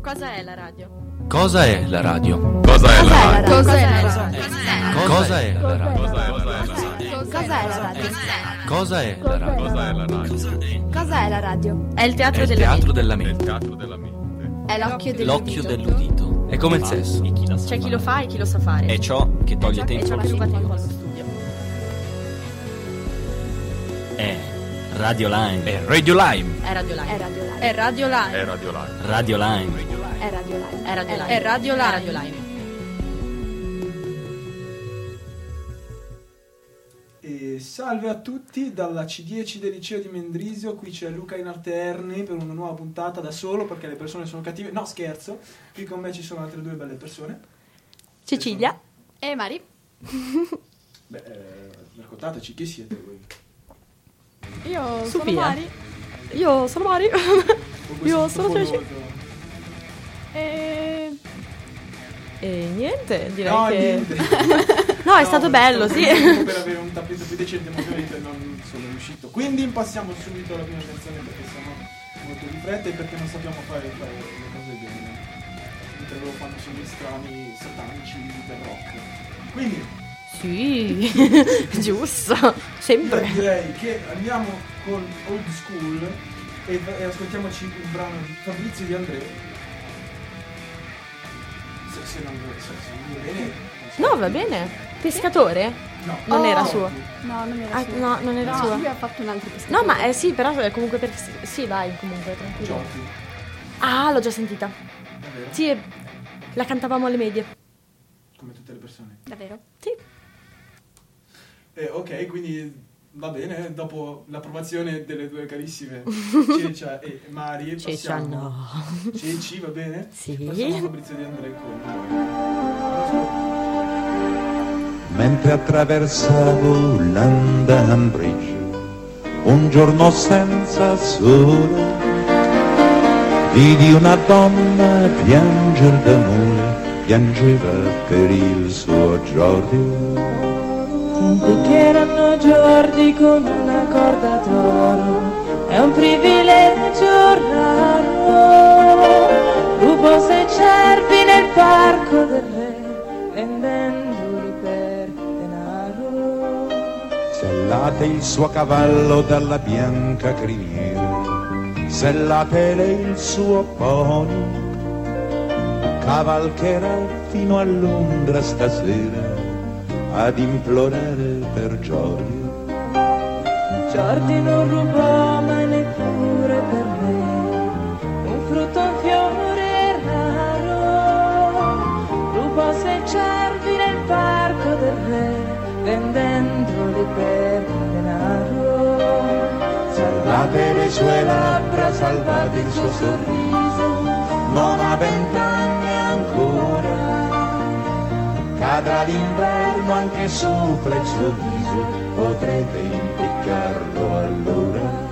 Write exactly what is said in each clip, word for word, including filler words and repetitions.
Cosa è la radio? Cosa è la radio? Cosa è la radio? Cosa è la radio? Cosa è la radio? Cosa è la radio? Cosa è la radio? Cosa è la radio? Cosa è la radio? È il teatro È il della teatro mente. della È il mente. teatro della mente. È l'occhio dell'udito. L'occhio dell'udito. È come il sesso. C'è chi lo fa e chi lo sa fare. È ciò che toglie Ciò che tempo ciò allo che ruba tempo studio. allo studio. È Radio Lime. È Radio Lime. È Radio Live. È Radio Live. È Radio Live. È Radio Live. Radio Lime. È Radio Live. È Radio Live. È Radio Live. È Radio Live. E salve a tutti dalla C dieci del liceo di Mendrisio. Qui c'è Luca in Alterni per una nuova puntata da solo perché le persone sono cattive. No, scherzo. Qui con me ci sono altre due belle persone. Cecilia. E Mari. Beh, eh, raccontateci chi siete voi. Io Sofia. sono Mari. Io sono Mari. O Io questo sono Ceci. popoloso? E... e niente, direi No, che... niente. No, è stato bello, sto sì. provando per avere un tappeto più decente, ma ovviamente non sono riuscito. Quindi passiamo subito alla prima canzone perché siamo molto di fretta e perché non sappiamo fare, fare le cose bene. Mentre loro fanno sogni strani, satanici del rock. Quindi Sì, giusto, io sempre. direi che andiamo con Old School e, e ascoltiamoci il brano di Fabrizio Di André. Se, se non se, se non va bene. non so. No, va bene. Pescatore? No. Non Oh. era suo. No, non era Ah, suo. no, non era No, suo. lui ha fatto un altro pescatore. No, ma eh, sì, però eh, comunque per... Sì, vai, comunque, tranquillo. Giochi. Ah, l'ho già sentita. Davvero? Sì, eh, la cantavamo alle medie. Come tutte le persone. Davvero? Sì. Eh, ok, quindi va bene, dopo l'approvazione delle due carissime Cecia e Mari, Cecia passiamo. no. Ceci, va bene? Sì. Passiamo a Fabrizio Di André con... Mentre attraversavo London Bridge, un giorno senza sole, vidi una donna pianger d'amore, piangeva per il suo Giorgio. Che erano giorni con una corda d'oro, è un privilegio raro. Rubo sei cervi nel parco del re, vendendoli per denaro. Sellate il suo cavallo dalla bianca criniera, sellate il suo pony, cavalcherà fino a Londra stasera ad implorare per Giorgio. Giordi non rubò mai neppure per me un frutto, un fiore raro. Rubò sei cervi nel parco del re, vendendoli per denaro. Salvate le sue labbra, salvate il suo sorriso, non ha vent'anni ancora. Cadrà l'inverno anche sopra il suo viso, potrete impiccarlo allora.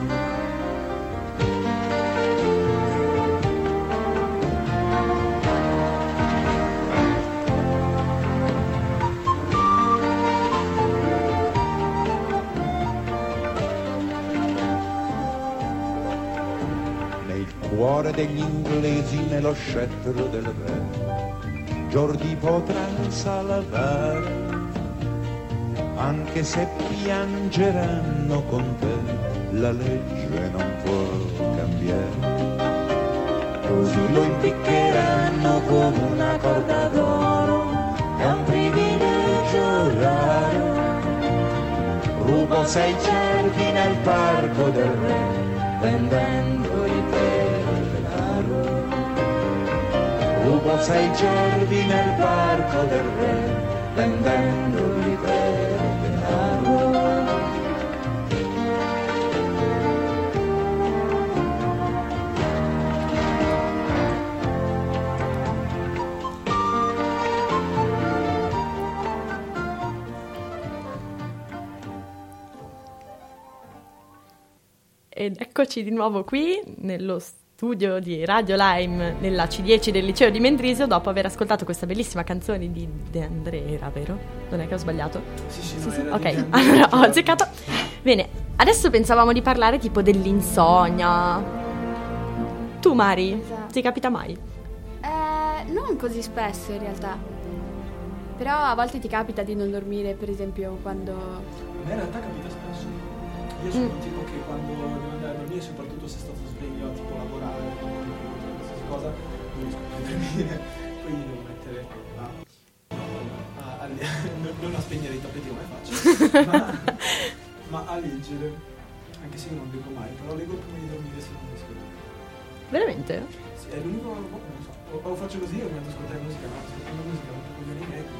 Nel cuore degli inglesi, nello scettro del re, Giordi potrà salvare, anche se piangeranno con te, la legge non può cambiare. Così lo impiccheranno con una corda d'oro, è un privilegio raro. Rubo sei cervi nel parco del re, vendendoli per denaro. Rubo sei cervi nel parco del re, vendendoli per denaro. Ed eccoci di nuovo qui nello studio di Radio Lime nella C dieci del liceo di Mendrisio dopo aver ascoltato questa bellissima canzone di De André, era vero? Non è che ho sbagliato? Sì, sì, no, Sì, sì. era Ok, di- allora ho azzeccato. Bene, adesso pensavamo di parlare tipo dell'insonnia. Tu Mari, Esatto. ti capita mai? non così spesso in realtà. Però a volte ti capita di non dormire, per esempio, quando... A me in realtà capita spesso. Io sono Mm. un tipo che quando devo andare a dormire, soprattutto se sto sveglio, tipo a lavorare, o qualsiasi cosa, non riesco più a dormire. Quindi devo mettere a... a- a- non a spegnere i tappeti come faccio, ma, ma a leggere. Anche se io non leggo mai, però leggo prima di dormire se non riesco a dormire. Veramente? Sì, è l'unico, boh, non so. O, o faccio così o mi metto a ascoltare musica, ma ascoltando musica non più di me.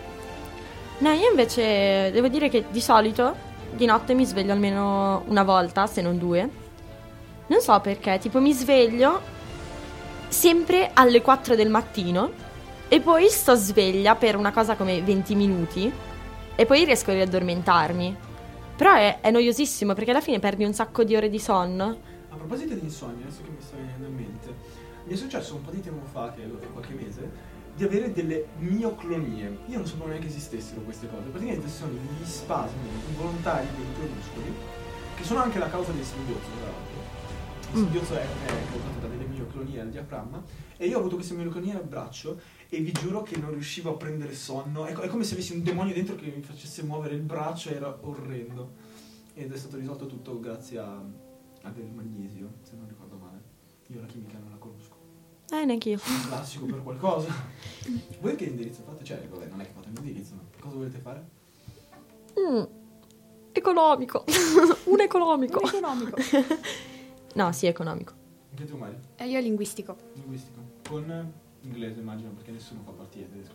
No, io invece devo dire che di solito di notte mi sveglio almeno una volta, se non due. Non so perché, tipo mi sveglio sempre alle quattro del mattino e poi sto sveglia per una cosa come venti minuti e poi riesco a riaddormentarmi. Però è, è noiosissimo perché alla fine perdi un sacco di ore di sonno. A proposito di insonnia, adesso che mi sta venendo in mente, mi è successo un po' di tempo fa, che è qualche mese, di avere delle mioclonie. Io non sapevo neanche esistessero queste cose. Praticamente sono degli spasmi involontari dentro i muscoli, che sono anche la causa del singhiozzo, tra l'altro. Il singhiozzo è, è causato da delle mioclonie al diaframma, e io ho avuto queste mioclonie al braccio e vi giuro che non riuscivo a prendere sonno. È, co- è come se avessi un demonio dentro che mi facesse muovere il braccio, era orrendo. Ed è stato risolto tutto grazie a, a del magnesio, se non ricordo male. Io la chimica non la conosco. Eh, neanch'io. Un classico per qualcosa. Voi che indirizzo fate? Cioè, vabbè, non è che fate un indirizzo, ma cosa volete fare? Mm, economico. Un economico. Un economico. No, sì, economico. Anche tu, Mario? E io linguistico. Linguistico. Con inglese, immagino, perché nessuno fa partire tedesco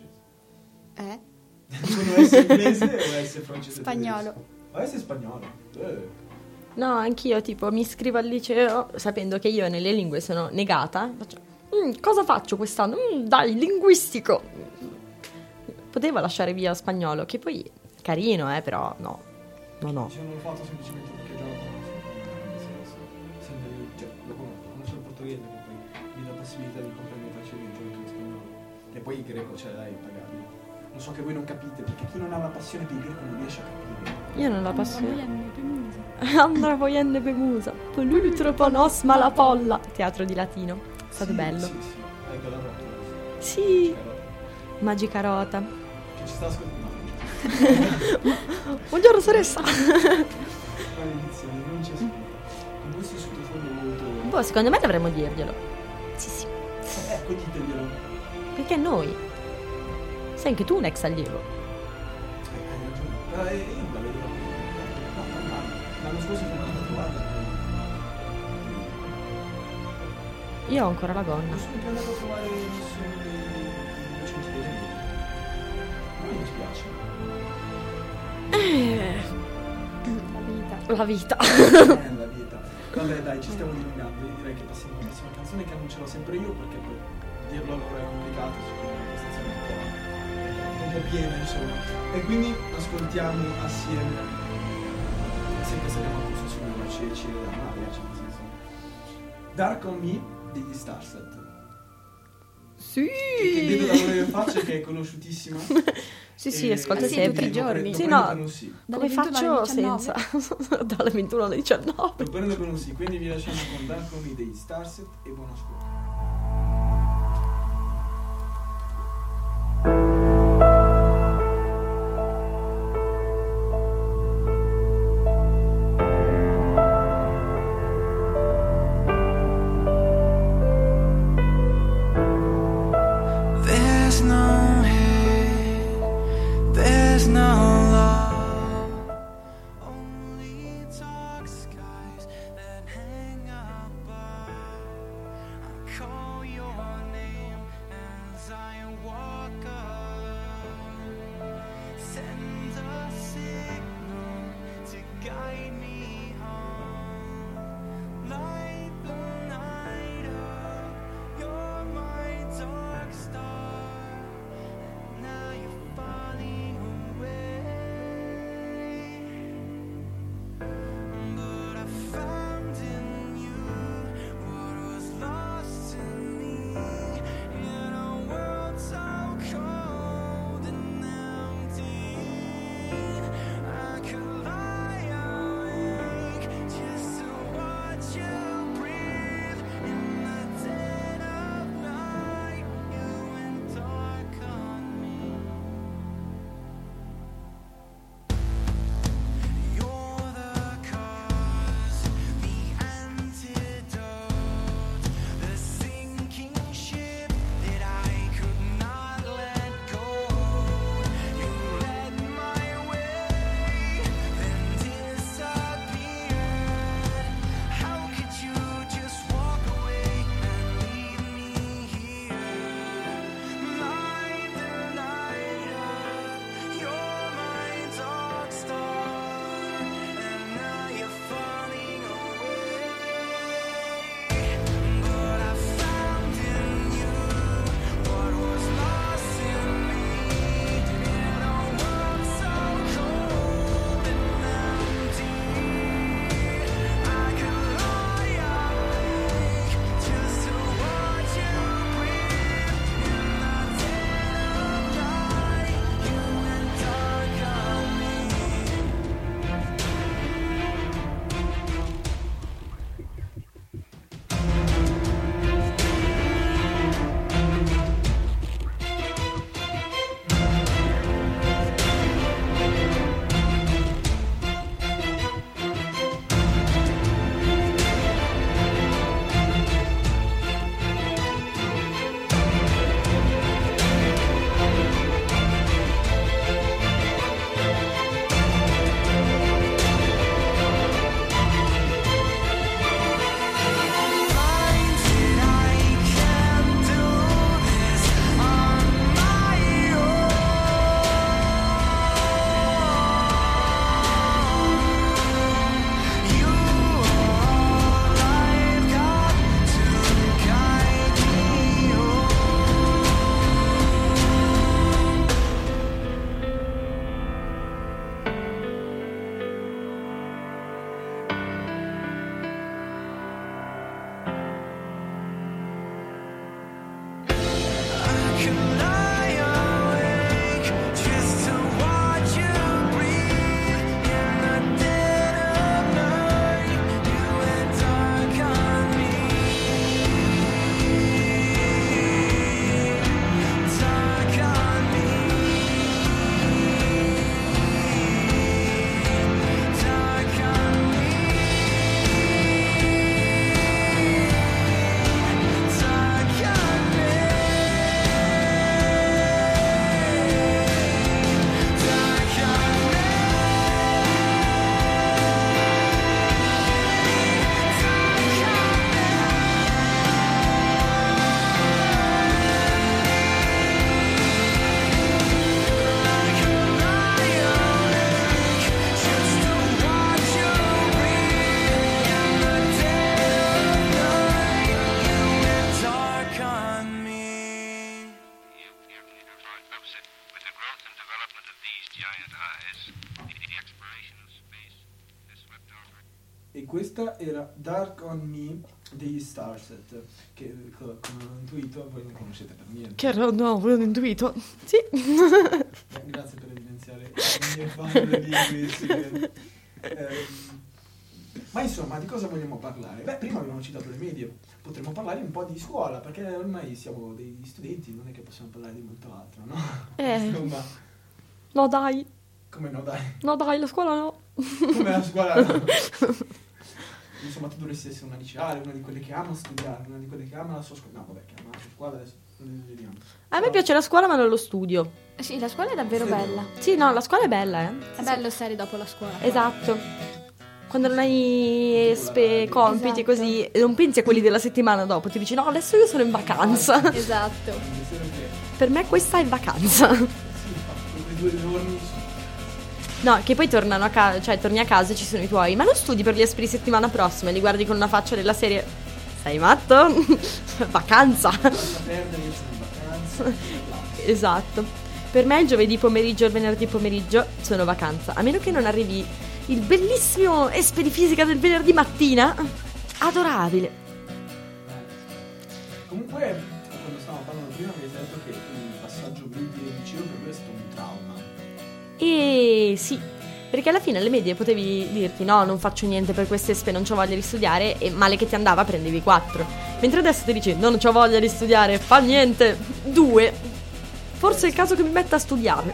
o francese. Eh? Devono essere inglese o essere francese? Spagnolo. O essere spagnolo. Eh. No, anch'io tipo mi iscrivo al liceo sapendo che io nelle lingue sono negata. Faccio, "Mm, cosa faccio quest'anno? Mm, dai, linguistico. Potevo lasciare via spagnolo, che poi carino, eh, però no. No, no. Io non l'ho fatto semplicemente perché già lo conosco. Nel senso, sembra di- cioè, lo conosco, conosco il portoghese, che poi mi dà la possibilità di comprendere facilmente anche lo spagnolo. E poi il greco, cioè, dai, pagabile. Lo so che voi non capite, perché chi non ha la passione per il greco non riesce a capire. Io non la passo. Andrà vogliendo pemusa. Polutro ponos malapolla. Teatro di latino. È stato Sì, bello. Sì, sì, è bella rota. Sì. Magica rota. Che ci sta ascoltando. Buongiorno soressa. Maledizione, non ci ascolta. Con questo sottofondo molto... Boh, secondo me dovremmo dirglielo. Sì, sì. Eh, ecco, diteglielo. Perché noi? Sei anche tu un ex allievo. Eh, hai ragione. Però eh, io non la vedo. No, no, no. L'anno scorso sono andato a trovarla. Io ho ancora la gonna. Non sono più andato a trovare nessuno dei docenti delle medie. A me mi dispiace. Eh, La vita. la vita. Eh, la vita. Vabbè, dai, ci stiamo dilungando. Io direi che passiamo alla prossima canzone, che annuncerò sempre io, perché poi dirlo allora è complicato, secondo me questa canzone è un po', un po' piena, insomma. E quindi ascoltiamo assieme, sempre se abbiamo appunto su una ceci da Maria, cioè nel senso, Dark on Me degli Starset. Sì. Che vedo da voi in faccia che è conosciutissima. Sì, sì, E- ascolta e sì, sempre. tutti i lo pre- giorni. lo Sì, prendo no. con un sì. Dalle Come ventuno alle faccio diciannove. senza? Dalle ventuno alle diciannove. Lo prendo con un sì, quindi vi lasciamo con Dark on Me degli Starset e buon ascolto. There's no hate, there's no love, only dark skies that hang above. I call your name as I walk up. Send a signal to guide me home. Light the night up, you're my dark star. Now you're falling away, but I found in you what was lost in me, in a world so cold and empty. I could lie out questa era Dark on Me degli Starset, che come ho intuito voi non conoscete per niente. Che no, no, avevo intuito. Sì. Eh, grazie per evidenziare il mio fan degli inglesi. Ehm, ma insomma, di cosa vogliamo parlare? Beh, prima abbiamo citato le medie, potremmo parlare un po' di scuola, perché ormai siamo degli studenti, non è che possiamo parlare di molto altro, no? Eh. Insomma, No, dai. come no, dai? No, dai, la scuola no. Come la scuola no? Insomma, tu dovresti essere una liceale, una di quelle che ama studiare, una di quelle che ama la sua scuola. No, vabbè, che ama la sua scuola, adesso non esageriamo. A me piace la scuola, ma non lo studio. Sì, la scuola è davvero Sì. bella. Sì, no, la scuola è bella, eh. È bello stare dopo la scuola. Esatto. Quando non hai espe, Esatto. compiti così, e non pensi a quelli della settimana dopo, ti dici no, adesso io sono in vacanza. Esatto. Quindi solo che Per me questa è vacanza. sì, fa quei due giorni No, che poi tornano a casa, cioè torni a casa e ci sono i tuoi. Ma non studi per gli espi di settimana prossima, li guardi con una faccia della serie. Sei matto? Vacanza. lascia perdere, io sono in vacanza. Esatto. Per me il giovedì pomeriggio e il venerdì pomeriggio sono vacanza. A meno che non arrivi il bellissimo espe di fisica del venerdì mattina. Adorabile. Eh. Comunque, quando stavamo parlando prima mi hai detto che il passaggio medie e liceo per me è stato un trauma. E sì, perché alla fine alle medie potevi dirti no, non faccio niente per queste espe, non c'ho voglia di studiare, e male che ti andava prendevi quattro. Mentre adesso ti dici no, non c'ho voglia di studiare, fa niente, due. Forse è il caso che mi metta a studiare.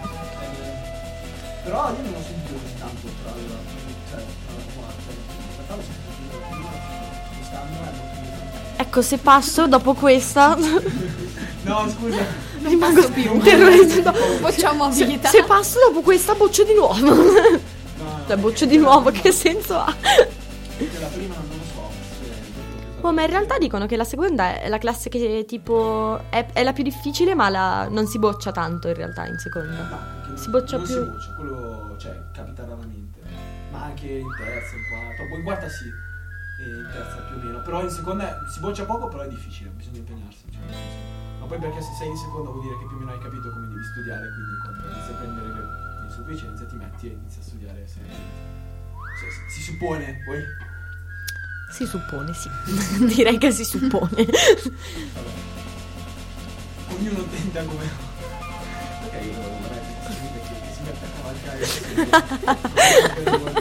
Eh, però io non ho sentito così tanto tra la cioè, tra la quarta e la quinta. In realtà l'ho sentito prima, quest'anno è molto più. Ecco, se passo dopo questa No, scusa. rimango più. terrorizzata. Bocciamo a Se, vita. se passo dopo questa boccio di nuovo. No, no, Cioè boccio di nuovo, che senso ha? perché la prima non lo so. Se Oh, ma in realtà dicono che la seconda è la classe che tipo è, è la più difficile, ma la, non si boccia tanto in realtà in seconda. No, perché Si boccia non più. si boccia, quello cioè capita raramente. Ma anche in terza, in quarta, poi in quarta sì, e in terza più o meno. Però in seconda si boccia poco, però è difficile, bisogna impegnarsi. Cioè, nel senso. Ma poi perché se sei in seconda vuol dire che più o meno hai capito come devi studiare, quindi quando inizi a prendere le insufficienze ti metti e inizi a studiare seriamente. Cioè, si suppone, poi. Si suppone, sì. Direi che si suppone. Vabbè. Ognuno tenta come. Ok, io vorrei che si mette a cavalcare.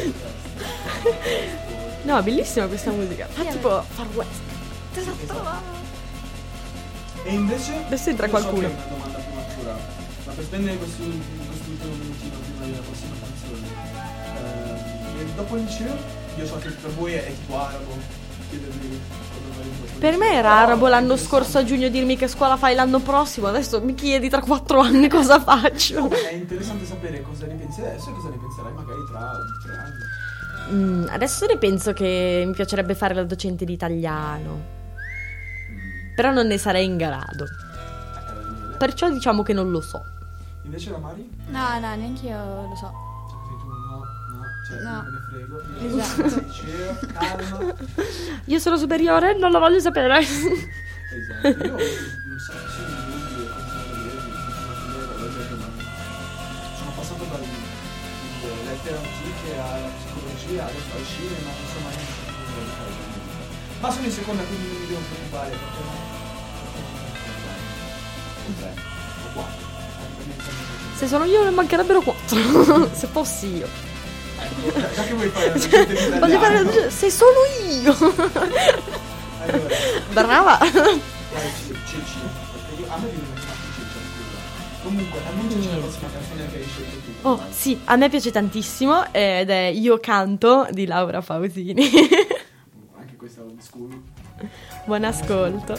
No, bellissima questa musica. Fa Sì, tipo Far West. Esatto. E invece Adesso entra io so qualcuno. che è una domanda più matura, ma per spendere questo, quest'ultimo minutino prima della prossima canzone, ehm, dopo il liceo, io so che per voi è, è tipo arabo chiedervi cosa fare dopo il Per me liceo, era però arabo è l'anno interessante. scorso a giugno dirmi che scuola fai l'anno prossimo. Adesso mi chiedi tra quattro anni cosa faccio. È interessante sapere cosa ne pensi adesso e cosa ne penserai magari tra tre anni. Mm, adesso ne penso che mi piacerebbe fare la docente di italiano, però non ne sarei in grado. Eh, Perciò diciamo che non lo so. Invece la Mari? No, no, neanche io lo so. Cioè così tu no, no, cioè No. non me ne frego. Io Esatto. sono al liceo, calma. Io sono superiore, non la voglio sapere. Esatto, io un sacco di libri e continuo a leggerli, continuo a leggere, ma sono passato dalle lettere antiche alla psicologia, adesso al cinema, insomma io non so cosa voglio fare con la mia vita. Ma sono in seconda, quindi non mi devo preoccupare, perché no? Un tre, o quattro. Se sono io ne mancherebbero quattro. Se fossi io. Ecco, già- già che vuoi fare la docente di Voglio fare italiano, la- se sono io. allora, Brava. dai, Ceci, perché io- a me viene una chiamata Ceci, scusa. Comunque, annunciaci la prossima canzone che hai scelto tu. Oh, vai. sì, a me piace tantissimo ed è Io canto di Laura Pausini. Anche questa old school. Buon ascolto.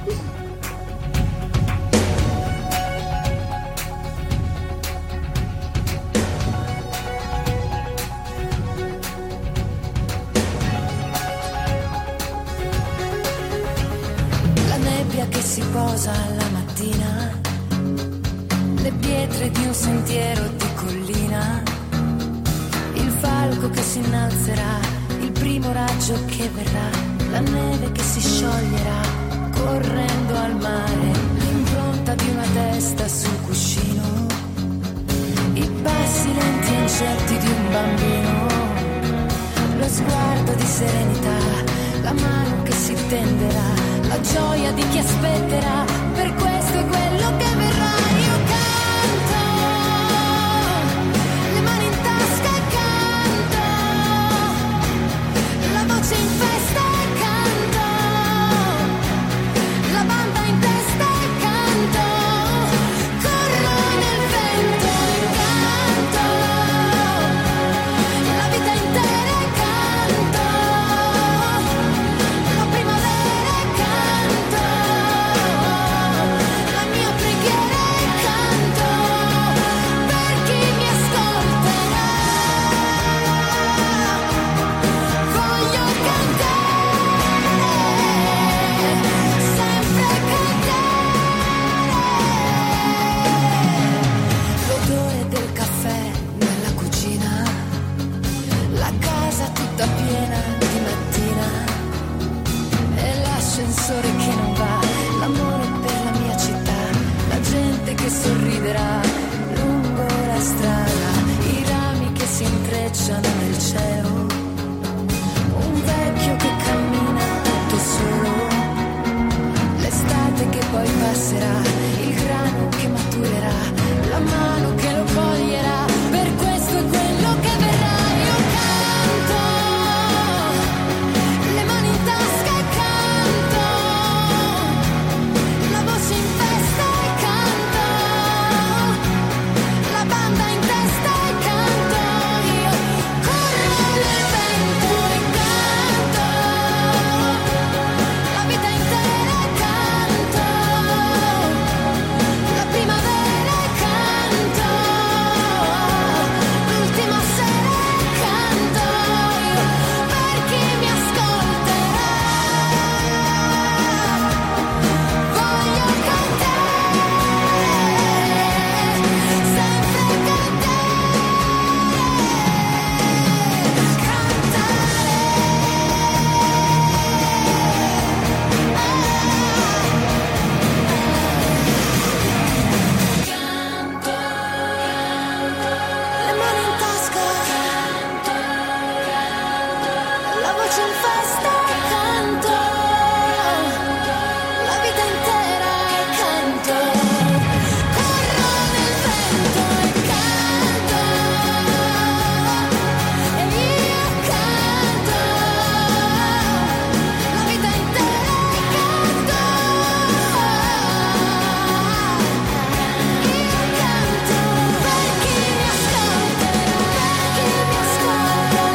La nebbia che si posa alla mattina, le pietre di un sentiero di collina, il falco che si innalzerà, il primo raggio che verrà, la neve che si scioglierà correndo al mare, l'impronta di una testa sul cuscino, i passi lenti e incerti di un bambino, lo sguardo di serenità, la mano che si tenderà, la gioia di chi aspetterà, per questo è quello che verrà. Io canto, le mani in tasca e canto, la voce in festa e canto, la banda in testa e canto, corro nel vento e canto, la vita intera e canto, la primavera e canto, la mia preghiera e canto, per chi mi ascolterà. Voglio cantare, sempre cantare. L'odore del caffè nella cucina, la casa tutta piena di mattina, e l'ascensore che non va, l'amore per la mia città, la gente che sorriderà lungo la strada, i rami che si intrecciano nel cielo, un vecchio che cammina tutto solo, l'estate che poi passerà, il grano che maturerà, la mano che lo coglierà, per questo è quello che verrà. Io canto, le mani in tasca e canto, la voce in festa e canto, la banda in testa e canto, io corro nel vento e canto, la vita intera e canto, la primavera e canto, l'ultima sera e canto, io per chi mi ascolterà. Voglio cantare, sempre le mani in tasca, la voce in festa e canto, la vita intera e canto, corro nel vento e canto, e io canto, la vita intera e canto, io canto, per chi mi ascolterà, chi mi ascolterà,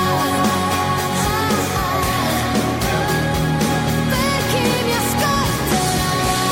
per chi mi ascolterà.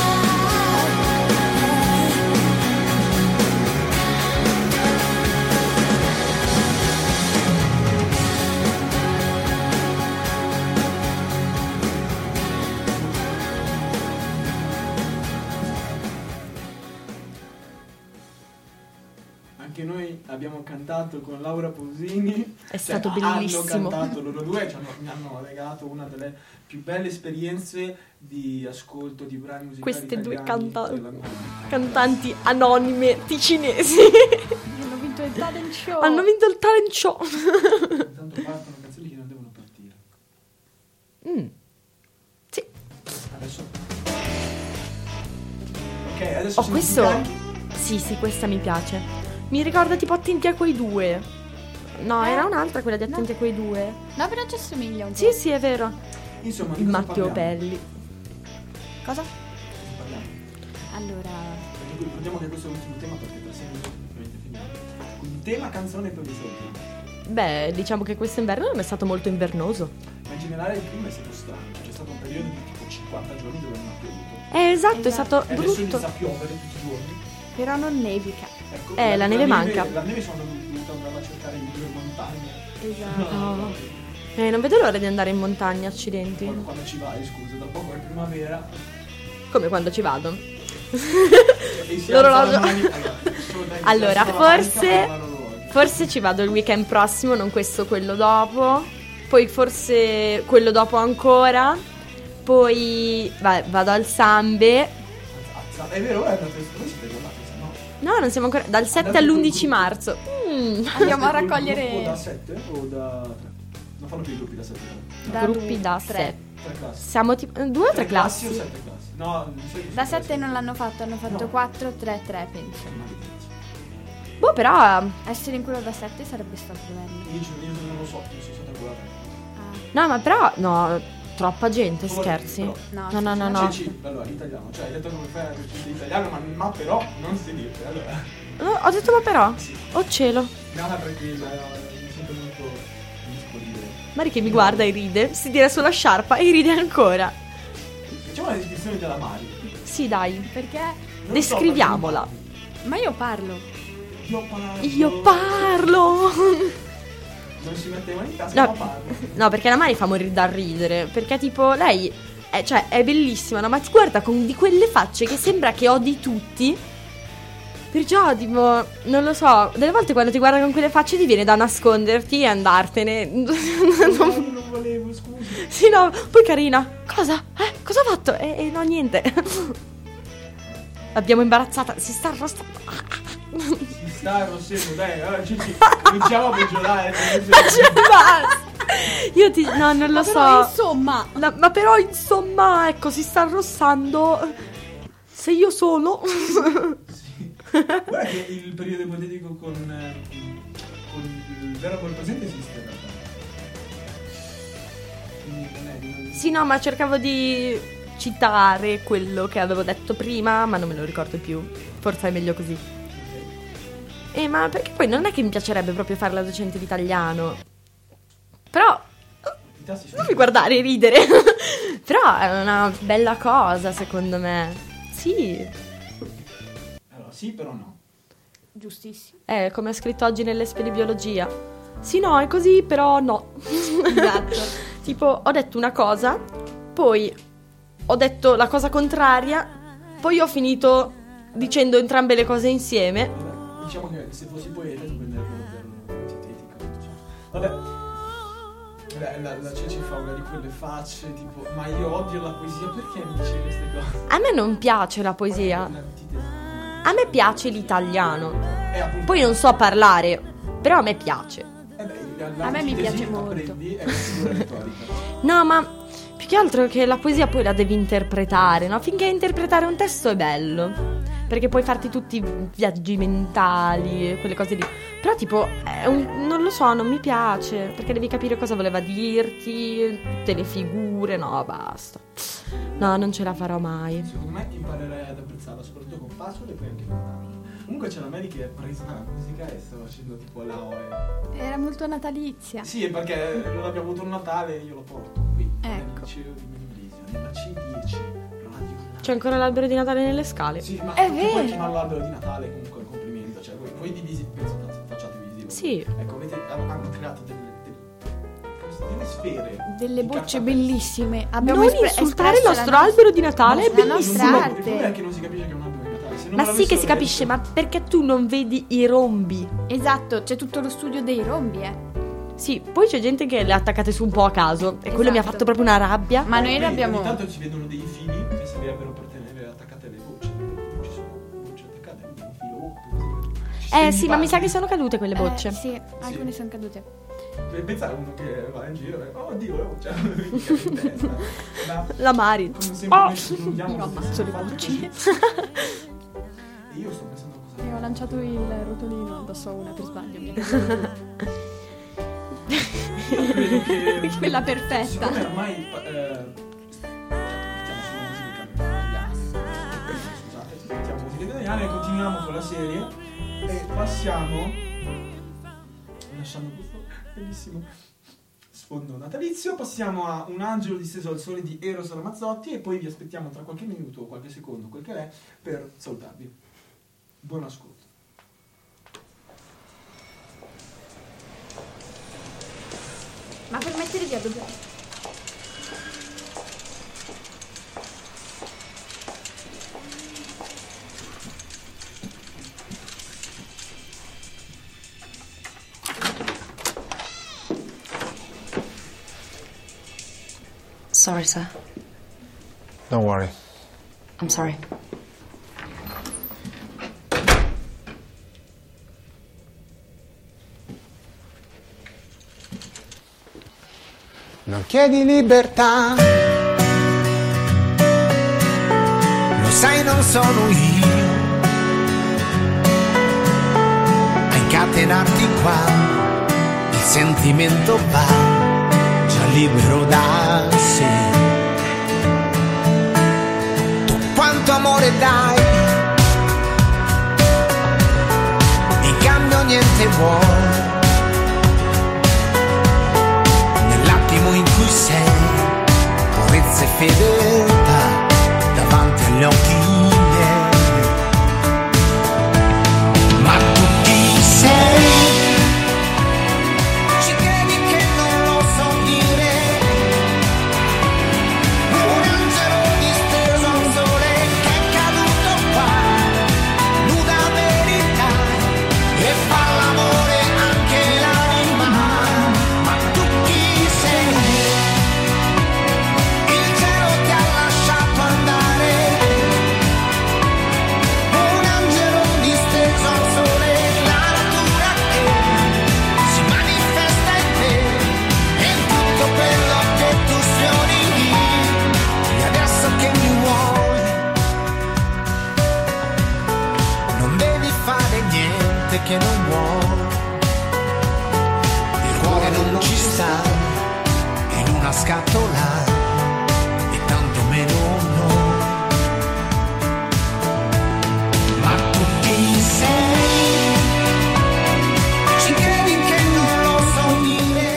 Anche noi abbiamo cantato con Laura Pausini. È stato Cioè, bellissimo. Hanno cantato loro due, ci hanno, mi hanno regalato una delle più belle esperienze di ascolto di brani musicali Queste due italiani canta- della mia vita. cantanti anonime ticinesi Hanno vinto il talent show. hanno vinto il talent show. Intanto partono canzoni che non devono partire. Mm. Sì. Adesso. Ok, adesso Oh, siamo questo. carichi. Sì, sì, questa mi piace. Mi ricorda tipo Attenti a quei due. No, Eh? era un'altra quella di No. Attenti a quei due. No, però ci assomiglia un po'. Sì, sì, è vero. Insomma, di Il cosa Matteo parliamo? Pelli. Cosa? Cosa parliamo? Allora, Perché ricordiamo che questo è l'ultimo tema perché tra sei minuti ovviamente finiamo. Quindi tema, canzone e poi risolvi. Beh, diciamo che quest'inverno non è stato molto invernoso. Ma in generale il clima è stato strano. C'è stato un periodo di tipo cinquanta giorni dove non ha piovuto. Eh, esatto, è Esatto. stato E adesso inizia brutto. a piovere tutti i giorni. però non nevica. Ecco, Eh, la neve manca. La neve sono dovuta andare a cercare in due montagne. Esatto. No. Eh, non vedo l'ora di andare in montagna, accidenti. Quando, quando ci vai, scusa, da poco è primavera. Come quando ci vado. E si L'orologio. alza la mani- allora, solo dai, Allora, alza la manica forse per l'orologio. forse ci vado il weekend prossimo, non questo, quello dopo. Poi forse quello dopo ancora. Poi va- vado al Sambe. Alza- È vero, ora è andato come si vede, se no. No, non siamo ancora. Dal sette Andate all'undici col gruppo. marzo. Mm. Andiamo a Siete col raccogliere- gruppo da sette o da tre? Non fanno più i gruppi da sette classi. Da Gruppi due, da tre. sette. Tre classi. Siamo tipo due o tre classi? o sette classi? No, sei- Da sei- sette non l'hanno fatto, hanno fatto No. quattro, tre, tre, penso. Boh, però Essere in quello da sette sarebbe stato bello. Io, io non lo so, io sono stato ancora tre. no, ma però no, troppa gente, Solo- scherzi. però- No, no, no, no. C C, allora, l'italiano, cioè hai detto come fai a dire l'italiano, ma, ma però non si dice, allora. No, ho detto ma però. Oh cielo. No, ma tranquilla, no, mi sento molto disponibile. Mari che mi guarda e ride, si tira sulla sciarpa e ride ancora. Facciamo la descrizione della Mari. Sì, dai. Perché? Non Descriviamola. Ma io parlo. Io parlo. Io parlo. Non si metteva in tasca, ma No, parlo. no, perché la Mari fa morire da ridere. Perché tipo lei è, cioè, è bellissima, no? Ma ti guarda con di quelle facce che sembra che odi tutti. Perciò tipo, non lo so, delle volte quando ti guarda con quelle facce ti viene da nasconderti e andartene. No, non volevo, scusa. Sì, no, poi carina. Cosa? Eh, cosa ha fatto? Eh, eh, no, niente. L'abbiamo imbarazzata, si sta arrostando. Si sta arrossendo, dai, allora ci, ci cominciamo a peggiorare. Basta. Io ti... no, non lo Ma però, so. insomma. La- ma però insomma, ecco, si sta arrossando. Se io sono. Guarda che il periodo ipotetico con, eh, con il vero col presente esiste in realtà. Quindi non è- non- Sì, no, ma cercavo di citare quello che avevo detto prima, ma non me lo ricordo più. Forse è meglio così. Eh, ma perché poi non è che mi piacerebbe proprio fare la docente di italiano. Però I tassi sono- non mi guardare e ridere. Però è una bella cosa, secondo me. Sì. Allora, sì, però no. Giustissimo. È come ho scritto oggi nell'espe di biologia. Sì, no, è così, però no. Esatto. Tipo, ho detto una cosa, poi ho detto la cosa contraria, poi ho finito dicendo entrambe le cose insieme. Vabbè, diciamo che se fossi poeta tu prenderebbero per antitetico. Diciamo. Vabbè. Vabbè, la, la Ceci fa una di quelle facce tipo, ma io odio la poesia, perché mi dici queste cose? A me non piace la poesia. L'antitesi. A me piace l'italiano. E appunto, Poi non so parlare, però a me piace. eh beh, A me mi l'antitesi piace molto. apprendi è una figura retorica. No, ma più che altro che la poesia poi la devi interpretare, no? Finché interpretare un testo è bello. Perché puoi farti tutti i viaggi mentali, quelle cose lì. Però tipo, è un- non lo so, non mi piace. Perché devi capire cosa voleva dirti, tutte le figure, no, basta. No, non ce la farò mai. Secondo me imparerei ad apprezzarla, soprattutto con password e poi anche cantarla. Comunque c'è la Mary che ha preso la musica e sta facendo tipo la O E. Era molto natalizia. Sì, è perché non abbiamo avuto un Natale e io lo porto qui. Ecco. Nel liceo di Mendrisio, nella C dieci. Radio. C'è ancora l'albero di Natale nelle scale? Sì, ma È tu vero. puoi chiamarlo albero di Natale comunque è un complimento. Cioè, voi, voi divisi, penso facciate visivo. Sì. Ecco, avete, hanno creato delle, delle, delle sfere. Delle di bocce carta bellissime. Abbiamo Non espre- insultare il espresso nostro la albero di Natale, è la bellissimo. nostra Il arte. problema è che non si capisce che è un albero di Natale. Se non Ma me sì che l'avessero si capisce, detto- ma perché tu non vedi i rombi? Esatto, c'è tutto lo studio dei rombi, eh. Sì, poi c'è gente che le ha attaccate su un po' a caso e quello mi ha Esatto. fatto proprio una rabbia. Ma noi Quindi abbiamo. Ogni tanto ci vedono dei fili che servirebbero per tenere attaccate le voci. Non ci sono voci attaccate, quindi un filo rotto. Così. Ci Eh si sì, ma mi sa impagina. che sono cadute quelle bocce. Eh, sì, alcune sono cadute. Per pensare a uno che va in giro e oh Dio, oh, cioè, mi cade in testa. Ma La Mari. come sempre Oh! noi ci troviamo Io ammazzo le voci. E io sto pensando a cosa. E ho lanciato il rotolino addosso a una per sbaglio. mi è caduto. Io credo che Quella perfetta. siccome ormai eh, diciamo solo musica italiana, scusate, mettiamo musica italiana e continuiamo con la serie e passiamo, lasciando questo bellissimo sfondo natalizio, passiamo a Un angelo disteso al sole di Eros Ramazzotti e poi vi aspettiamo tra qualche minuto o qualche secondo, quel che è, per salutarvi. Buon ascolto. Ma per mettere via dobbiamo. Sorry, sir. Don't worry. I'm sorry. chiedi libertà. Lo sai, non sono io a incatenarti qua, il sentimento va già libero da sé. Tu quanto amore dai, in cambio niente vuoi. Nell'attimo in cui sei, purezza e fedeltà davanti agli occhi miei. Ma tu chi sei? Ci credi che non lo so dire? Un angelo disteso al sole che è caduto qua, nuda verità, e fa l'amore anche l'anima. Ma tu chi sei? Il cielo ti ha lasciato andare, un angelo disteso al sole, la natura che si manifesta in te, e in tutto quello che tu sfiori. E adesso che mi vuoi, non devi fare niente che non vuoi. Il cuore non ci sta in una scatola, e tanto meno noi. Ma tu chi sei? Ci credi che non lo so dire?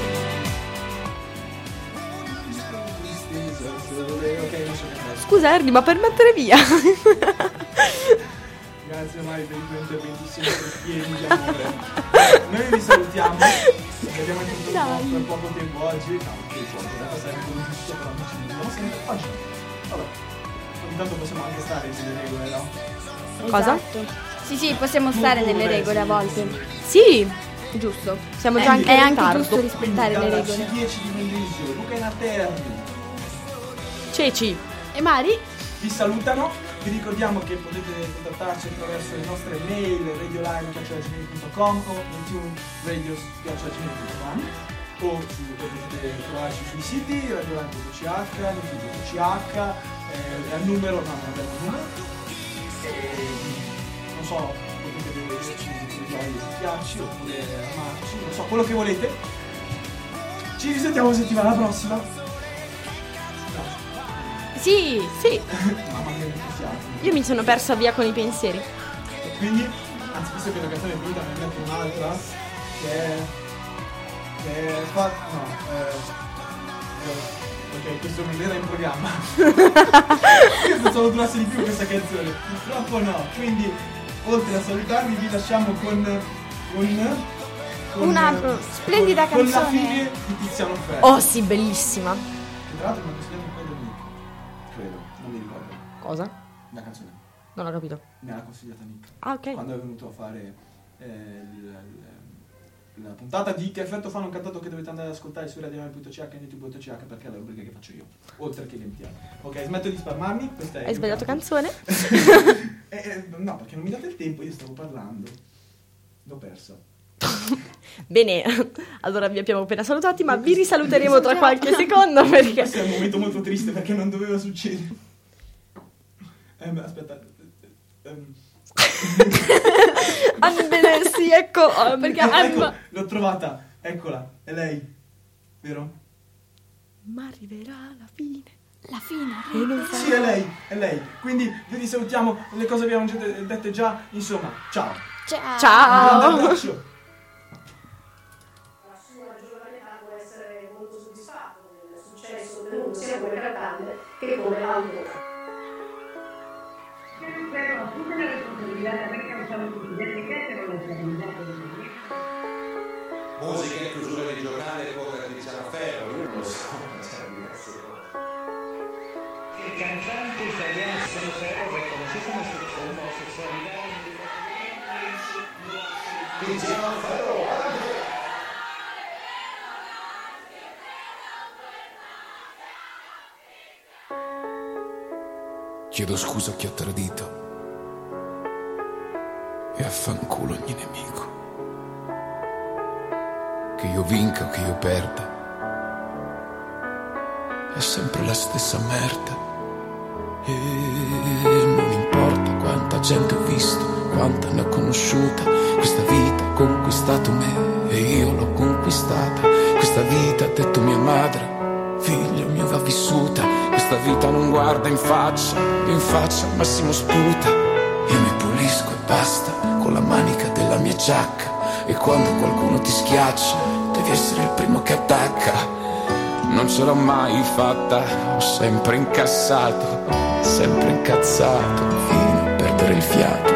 Ok, non so che fare. Scusa Ernie, ma per mettere via? Grazie Mari per il tuo interventissimo pieni di amore. Noi vi salutiamo, perché abbiamo introdotto per poco tempo oggi. No, che poco, adesso saremo con giusto, però non ci diciamo sempre oggi. Vabbè, ogni tanto possiamo anche stare nelle regole, no? Cosa? Esatto. Sì, sì, possiamo stare nelle regole a volte. Sì, Giusto. siamo È- già anche è in anche ritardo. giusto rispettare le Dalla regole. C dieci di Mendrisio, Luca e Naterni Ceci. E Mari? vi salutano. Vi ricordiamo che potete contattarci attraverso le nostre mail radioline chiocciola gmail punto com o ventuno radio chiocciola gmail punto com, o su- potete trovarci sui siti radioline punto c h, nifty punto c h, eh, al numero, no, non abbiamo il numero, e, non so, potete vederci con gli olio di ghiacci oppure amarci, non so, quello che volete. Ci risentiamo settimana prossima. No, Sì, sì. mamma mia, che entusiasmo. Io mi sono persa via con i pensieri. E quindi, anzi, visto che la canzone è finita, ne metto un'altra che è. che è. fa. no, eh. eh, ok, questo non era in programma. Io pensavo durasse di più questa canzone. Purtroppo no. Quindi, oltre a salutarvi, vi lasciamo con. con. con Una eh, splendida con, canzone. Con la figlia di Tiziano Ferro. Oh sì, bellissima. Che tra l'altro mi ha consigliato un po' di Nick. Credo, non mi ricordo. Cosa? La canzone. Non ho capito. Me l'ha consigliata Nick. Ah, ok. Quando è venuto a fare eh, il- il- la puntata di Che effetto fanno un cantato che dovete andare ad ascoltare su radio punto c h e youtube punto c h, perché è la rubrica che faccio io, oltre che l'M T A. Ok, smetto di spammarmi. Questa è Hai sbagliato canzone? eh, eh, no, perché non mi date il tempo, io stavo parlando. L'ho persa. Bene, allora vi abbiamo appena salutati, ma vi risaluteremo tra qualche secondo perché... Questo è un momento molto triste perché non doveva succedere. Eh, ma aspetta. Ehm, Andele, sì, ecco, perché... ecco, l'ho trovata, eccola, è lei, vero? Ma arriverà la fine. La fine. E non Sì, è lei, è lei. Quindi vi salutiamo, le cose abbiamo già de- dette già, insomma, ciao. Ciao. Un grande Ciao. abbraccio. La sua giovane età può essere molto soddisfatto del successo ottenuto sia come cantante che come autore. Però tutte le responsabilità perché non sono tutti dedicate con la stabilità Musica in chiusura di giornale epoca di Tiziano Ferro, io non lo so, c'è diverse cose. I cantanti italiani sono ferro riconosciuti come omosessualità. Tiziano Ferro anche. Chiedo scusa a chi ha tradito e affanculo ogni nemico. Che io vinca o che io perda, è sempre la stessa merda. E non importa quanta gente ho visto, quanta ne ho conosciuta, questa vita ha conquistato me e io l'ho conquistata. Questa vita, ha detto mia madre, figlio mio, va vissuta. Questa vita non guarda in faccia, in faccia al massimo sputa. Io mi pulisco e basta con la manica della mia giacca. E quando qualcuno ti schiaccia devi essere il primo che attacca. Non ce l'ho mai fatta, ho sempre incassato, sempre incazzato fino a perdere il fiato.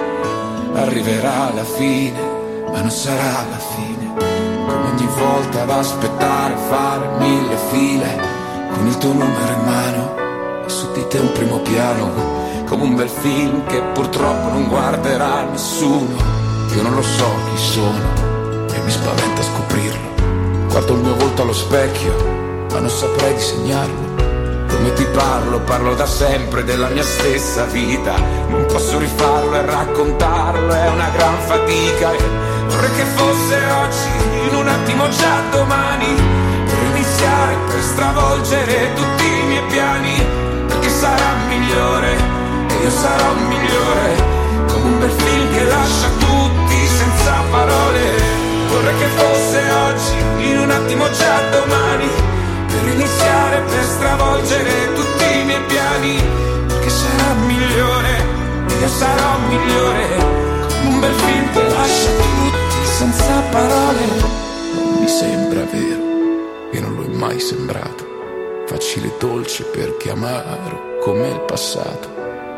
Arriverà la fine, ma non sarà la fine. Come ogni volta ad aspettare, fare mille file, con il tuo numero in mano e su di te un primo piano. Come un bel film che purtroppo non guarderà nessuno. Io non lo so chi sono e mi spaventa scoprirlo. Guardo il mio volto allo specchio, ma non saprei disegnarlo. Come ti parlo, parlo da sempre della mia stessa vita. Non posso rifarlo e raccontarlo, è una gran fatica. E vorrei che fosse oggi, in un attimo già domani, per iniziare, per stravolgere tutti i miei piani. Perché sarà migliore, e io sarò migliore. Come un bel film che lascia tutti senza parole. Vorrei che fosse oggi, in un attimo già domani, per iniziare, per stravolgere tutti i miei piani. Perché sarà migliore, io sarò migliore. Come un bel film che lascia tutti senza parole. Non mi sembra vero, e non lo è mai sembrato. Facile e dolce perché amaro come il passato.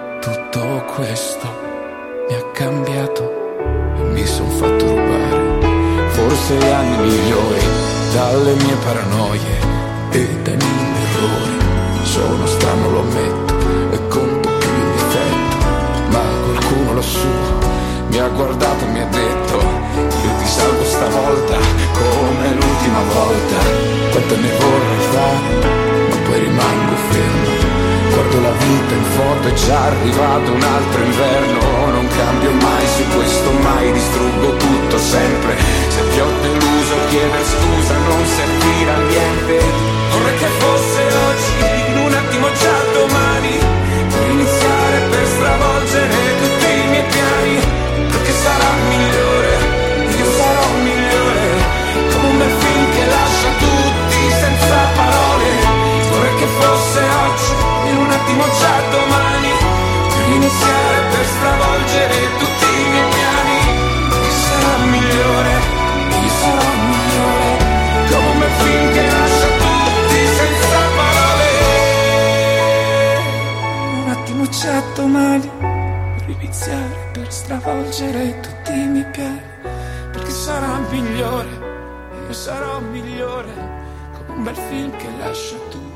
Tutto questo mi ha cambiato e mi son fatto rubare forse gli anni migliori dalle mie paranoie e dai mille errori. Sono strano, lo ammetto, e conto più il difetto, ma qualcuno lassù mi ha guardato e mi ha detto: io ti salvo stavolta come l'ultima volta. Quante ne vorrei fare, ma poi rimango fermo. Guardo la vita in foto, è già arrivato un altro inverno. Non cambio mai su questo, mai distruggo tutto sempre. Se ti ho deluso chieder scusa non servirà a niente. Vorrei che fosse oggi, in un attimo già domani, per iniziare, per stravolgere tutti i miei piani. Perché sarà migliore, io sarò migliore. Come un bel film che lascia tutti senza parole. Vorrei che fosse oggi, in un attimo già domani, per iniziare, per stravolgere tutti i miei piani. Che sarà migliore, io sarò migliore. Come un bel film che lascia tutti senza parole. Un attimo già domani, per iniziare, per stravolgere tutti i miei piani. Perché sarà migliore, io sarò migliore. Come un bel film che lascia tutti